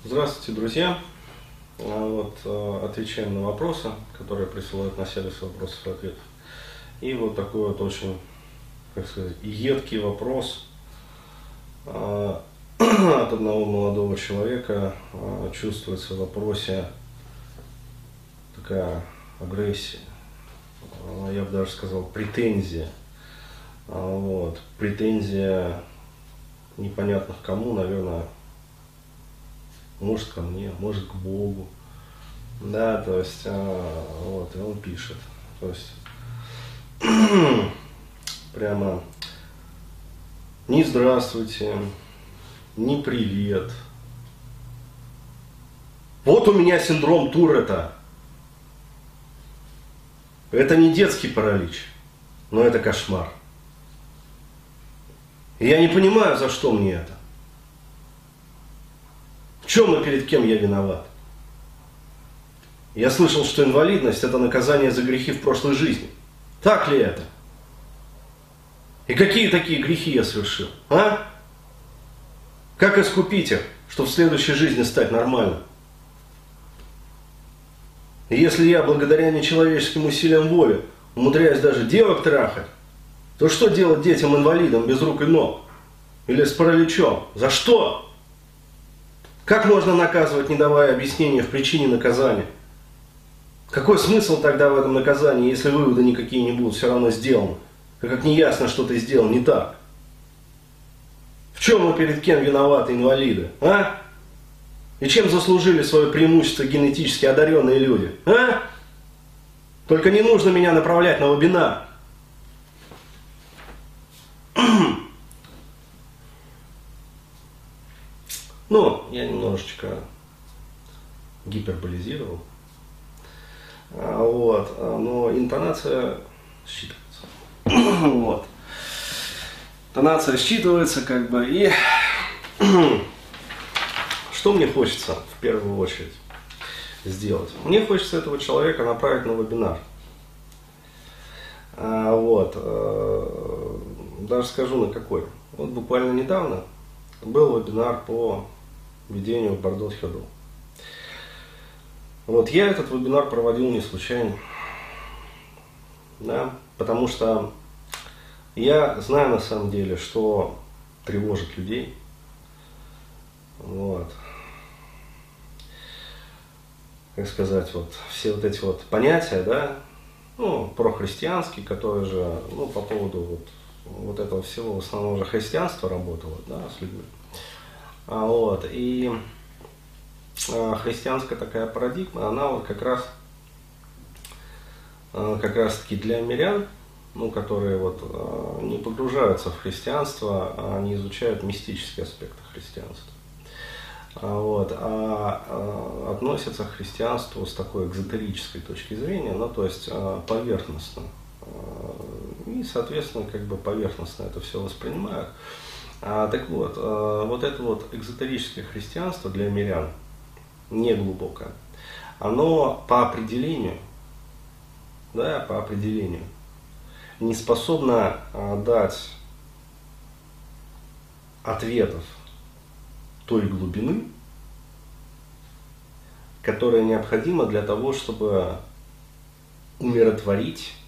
Здравствуйте, друзья! Отвечаем на вопросы, которые присылают на сервис вопросов и ответов. И вот такой вот очень, едкий вопрос от одного молодого человека. Чувствуется в вопросе такая агрессия, я бы даже сказал претензия. Претензия непонятно к кому, наверное, может ко мне, может к Богу. Да, то есть, и он пишет. То есть, прямо ни здравствуйте, ни привет. Вот у меня синдром Туретта. Это не детский паралич, но это кошмар. И я не понимаю, за что мне это. В чем и перед кем я виноват? Я слышал, что инвалидность – это наказание за грехи в прошлой жизни. Так ли это? И какие такие грехи я совершил? А? Как искупить их, чтобы в следующей жизни стать нормальным? И если я благодаря нечеловеческим усилиям воли умудряюсь даже девок трахать, то что делать детям-инвалидам без рук и ног? Или с параличом? За что? Как можно наказывать, не давая объяснения в причине наказания? Какой смысл тогда в этом наказании, если выводы никакие не будут все равно сделаны? Как неясно, что ты сделал не так? В чем мы перед кем виноваты инвалиды? А? И чем заслужили свое преимущество генетически одаренные люди? А? Только не нужно меня направлять на вебинар. Я немножечко гиперболизировал. Но интонация считывается. Интонация считывается, и что мне хочется в первую очередь сделать? Мне хочется этого человека направить на вебинар. Даже скажу на какой. Буквально недавно был вебинар по ведению в Бордос-Хёдл. Я этот вебинар проводил не случайно. Да, потому что я знаю на самом деле, что тревожит людей. Все эти понятия, да, прохристианские, которые же, по поводу этого всего, в основном уже христианство работало, да, с людьми. И христианская такая парадигма, она как раз таки для мирян, которые не погружаются в христианство, а не изучают мистические аспекты христианства. Относятся к христианству с такой экзотерической точки зрения, то есть поверхностно. И, соответственно, поверхностно это все воспринимают. Это экзотерическое христианство для мирян, не глубокое, оно по определению не способно дать ответов той глубины, которая необходима для того, чтобы умиротворить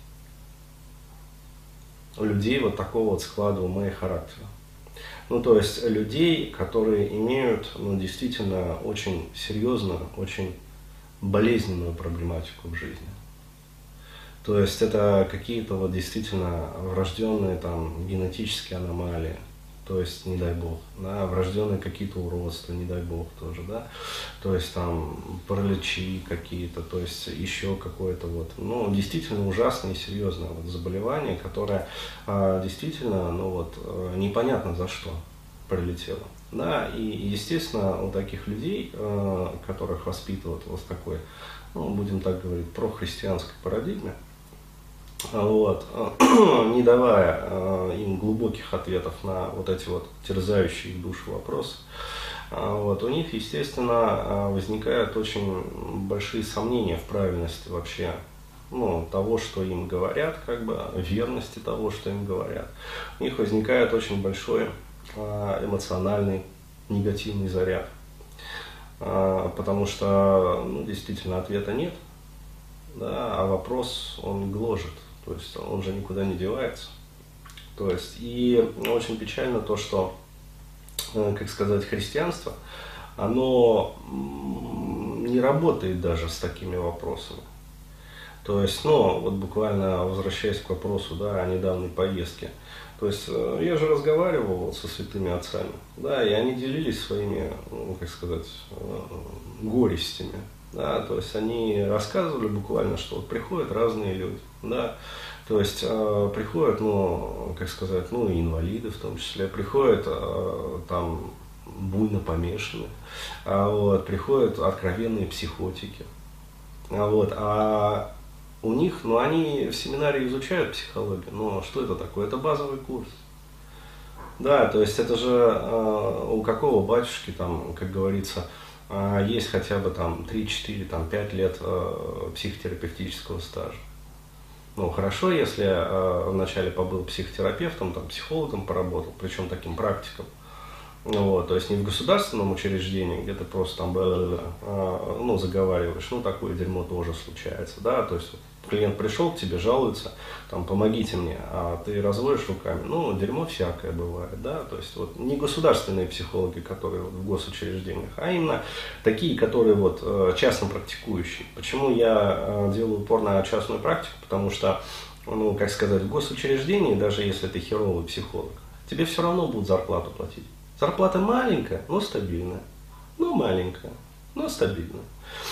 людей такого склада ума и характера. То есть людей, которые имеют действительно очень серьезную, очень болезненную проблематику в жизни. То есть это какие-то действительно врожденные генетические аномалии, то есть не дай бог, да, врожденные какие-то уродства, не дай бог тоже, да, то есть параличи какие-то, то есть еще какое-то действительно ужасное и серьезное заболевание, которое действительно, непонятно за что прилетело. Да, и естественно у таких людей, которых воспитывают в такой, будем так говорить, прохристианской парадигме, не давая им глубоких ответов на эти терзающие их душу вопросы, у них, естественно, возникают очень большие сомнения в правильности вообще того, что им говорят, верности того, что им говорят. У них возникает очень большой эмоциональный негативный заряд. потому что, ну, действительно, ответа нет, да, а вопрос, он гложет, то есть он же никуда не девается. То есть, и очень печально то, что, как сказать, христианство, оно не работает даже с такими вопросами. То есть, ну, вот буквально возвращаясь к вопросу, да, о недавней поездке. То есть, я же разговаривал вот со святыми отцами, да, и они делились своими, ну, как сказать, горестями, да, то есть они рассказывали буквально, что вот приходят разные люди, да, то есть приходят, ну, как сказать, ну, и инвалиды в том числе, приходят там буйно помешанные, вот, приходят откровенные психотики, а у них, ну, они в семинаре изучают психологию, но что это такое? Это базовый курс. Да, то есть это же у какого батюшки, там, как говорится, есть хотя бы там 3-4, там, 5 лет психотерапевтического стажа. Ну, хорошо, если вначале побыл психотерапевтом, там, психологом поработал, причем таким практиком. Вот, то есть не в государственном учреждении, где ты просто там ну, заговариваешь, ну, такое дерьмо тоже случается, да, то есть клиент пришел к тебе, жалуется, там, помогите мне, а ты разводишь руками, ну, дерьмо всякое бывает, да, то есть вот не государственные психологи, которые вот в госучреждениях, а именно такие, которые вот частно практикующие. Почему я делаю упор на частную практику? Потому что, ну, как сказать, в госучреждении, даже если ты херовый психолог, тебе все равно будут зарплату платить. Зарплата маленькая, но стабильная. Ну, маленькая, но стабильная.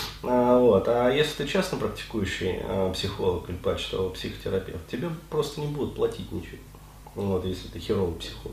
Вот. А если ты частно практикующий психолог или паче того психотерапевт, тебе просто не будут платить ничего. Вот, если ты херовый психолог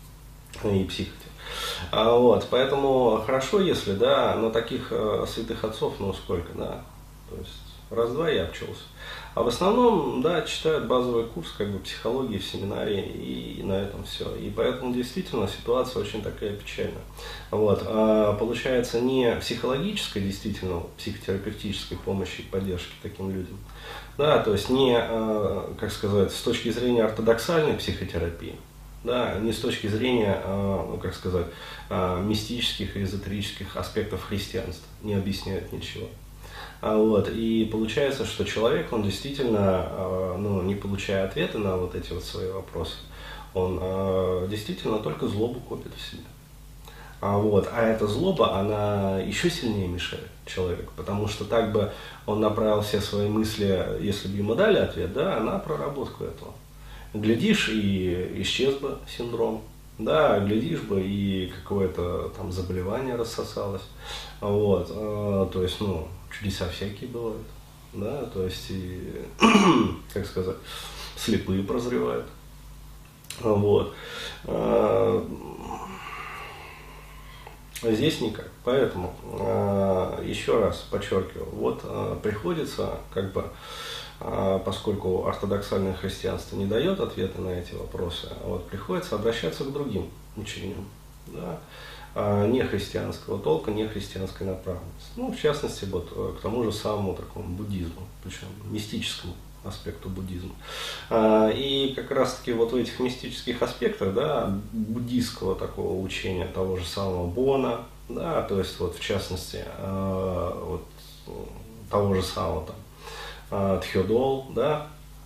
и психотерапевт. Вот. Поэтому хорошо, если, да, но таких святых отцов, ну сколько, да. То есть раз-два я обчелся. А в основном, да, читают базовый курс как бы психологии в семинаре, и на этом все. И поэтому действительно ситуация очень такая печальная. Вот. А получается не психологической, действительно, психотерапевтической помощи и поддержки таким людям. Да, то есть не, как сказать, с точки зрения ортодоксальной психотерапии, да, не с точки зрения, ну, как сказать, мистических и эзотерических аспектов христианства, не объясняют ничего. Вот, и получается, что человек, он действительно, ну, не получая ответы на вот эти вот свои вопросы, он действительно только злобу копит в себе. Вот, а эта злоба, она еще сильнее мешает человеку, потому что так бы он направил все свои мысли, если бы ему дали ответ, да, на проработку этого. Глядишь, и исчез бы синдром, да, глядишь бы, и какое-то там заболевание рассосалось. Вот, то есть, ну, чудеса всякие бывают, да, то есть, и, как сказать, слепые прозревают. Вот. Здесь никак. Поэтому, еще раз подчеркиваю, вот приходится, как бы, поскольку ортодоксальное христианство не дает ответа на эти вопросы, вот приходится обращаться к другим учениям, да, не христианского толка, не христианской направленности. Ну, в частности, вот к тому же самому такому буддизму, причем мистическому аспекту буддизма. И как раз-таки вот в этих мистических аспектах, да, буддийского такого учения, того же самого Бона, да, то есть вот в частности вот, того же самого там Тхёдол, да,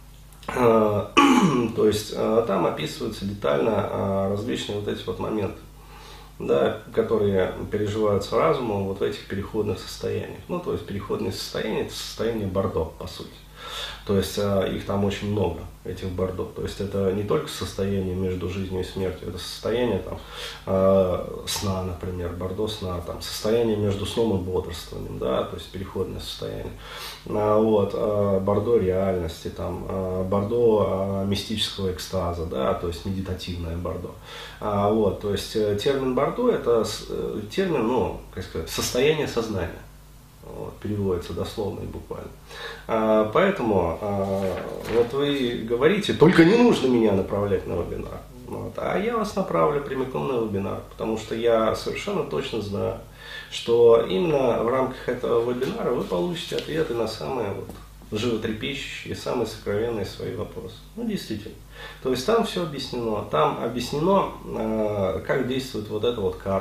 то есть там описываются детально различные вот эти вот моменты, да, которые переживаются разумом вот в этих переходных состояниях. Ну, то есть переходные состояния – это состояние Бордо, по сути. То есть их там очень много, этих Бордо. То есть это не только состояние между жизнью и смертью, это состояние там, сна, например, Бордо сна, там, состояние между сном и бодрствованием, да, то есть переходное состояние. Вот, Бордо реальности, там, Бордо мистического экстаза, да, то есть медитативное Бордо. Вот, то есть термин Бордо – это термин, ну, как сказать, состояние сознания. Вот, переводится дословно и буквально. Поэтому вот вы говорите, только не нужно меня направлять на вебинар. Вот, а я вас направлю прямиком на вебинар, потому что я совершенно точно знаю, что именно в рамках этого вебинара вы получите ответы на самые вот животрепещущие, самые сокровенные свои вопросы. Ну, действительно. То есть там все объяснено. Там объяснено, как действует вот эта вот карма.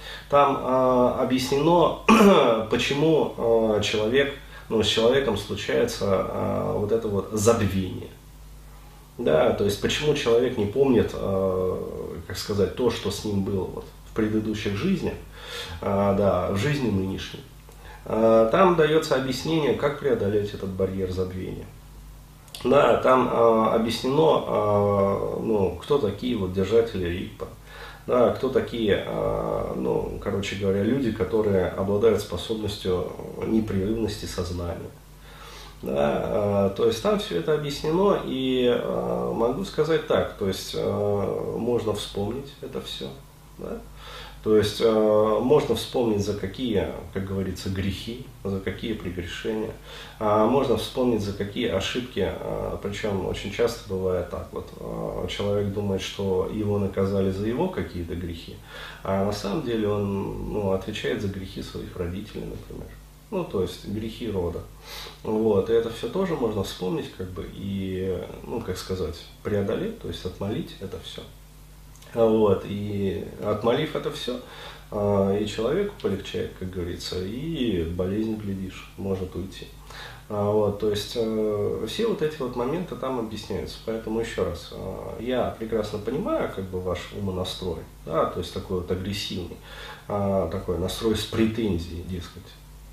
Там объяснено, почему с человеком случается вот это вот забвение. Да, то есть почему человек не помнит, как сказать, то, что с ним было вот в предыдущих жизнях, да, в жизни нынешней. Там дается объяснение, как преодолеть этот барьер забвения. Да, там объяснено, кто такие вот держатели ритма, да, кто такие, короче говоря, люди, которые обладают способностью непрерывности сознания. Да, то есть там все это объяснено, и могу сказать так, то есть можно вспомнить это все. Да? То есть можно вспомнить, за какие, как говорится, грехи, за какие прегрешения. Можно вспомнить, за какие ошибки. Причем очень часто бывает так. Вот, человек думает, что его наказали за его какие-то грехи, а на самом деле он отвечает за грехи своих родителей, например. То есть грехи рода. Вот. И это все тоже можно вспомнить, и, преодолеть, то есть отмолить это все. Вот, и отмолив это все, и человеку полегчает, как говорится, и болезнь, глядишь, может уйти. Вот, то есть все вот эти вот моменты там объясняются. Поэтому еще раз, я прекрасно понимаю ваш умонастрой, да, то есть такой вот агрессивный, такой настрой с претензией, дескать.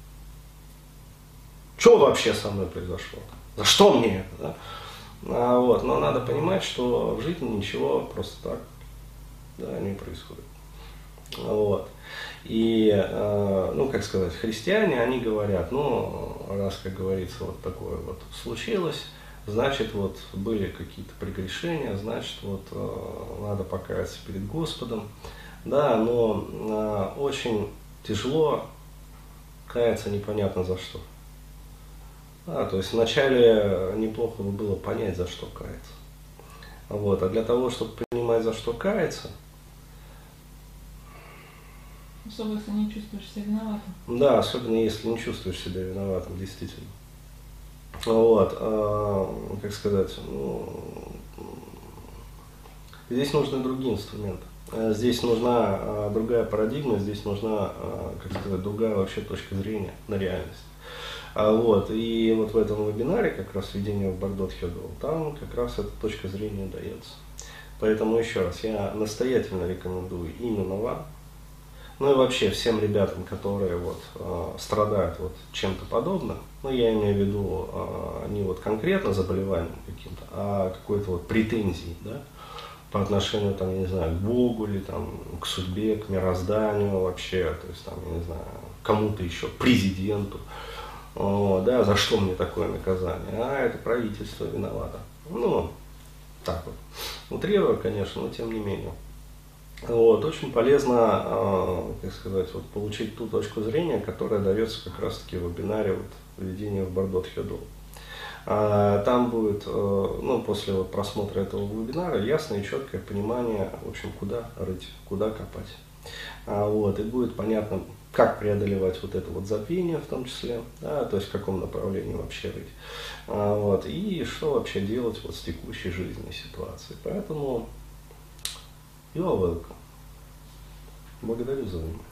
Что вообще со мной произошло? За что мне это? Да? Вот, но надо понимать, что в жизни ничего просто так не происходит. Вот. И, христиане, они говорят, раз, как говорится, вот такое вот случилось, значит, вот были какие-то прегрешения, значит, вот надо покаяться перед Господом. Да, но очень тяжело каяться непонятно за что. То есть вначале неплохо бы было понять, за что каяться. Вот. А для того, чтобы понимать, за что каяться, особенно если не чувствуешь себя виноватым. Да, особенно если не чувствуешь себя виноватым, действительно. Вот, здесь нужны другие инструменты. Здесь нужна другая парадигма, здесь нужна, другая вообще точка зрения на реальность. Вот, и вот в этом вебинаре, как раз «Введение в Бардот-Хёдл», там как раз эта точка зрения дается. Поэтому еще раз, я настоятельно рекомендую именно вам, и вообще всем ребятам, которые страдают чем-то подобным, я имею в виду не конкретно заболеванием каким-то, а какой-то претензией, да, по отношению, к Богу или к судьбе, к мирозданию вообще, то есть я не знаю, кому-то еще, президенту, да, за что мне такое наказание, это правительство виновато. Так вот, утрирую, конечно, но тем не менее. Вот, очень полезно, получить ту точку зрения, которая дается как раз-таки в вебинаре «Введение в Бардот-Хёдл». Там будет, после просмотра этого вебинара, ясное и четкое понимание, в общем, куда рыть, куда копать. Вот, и будет понятно, как преодолевать это забвение в том числе, да, то есть в каком направлении вообще рыть. Вот, и что вообще делать с текущей жизненной ситуацией. Поэтому you are welcome. Благодарю за внимание.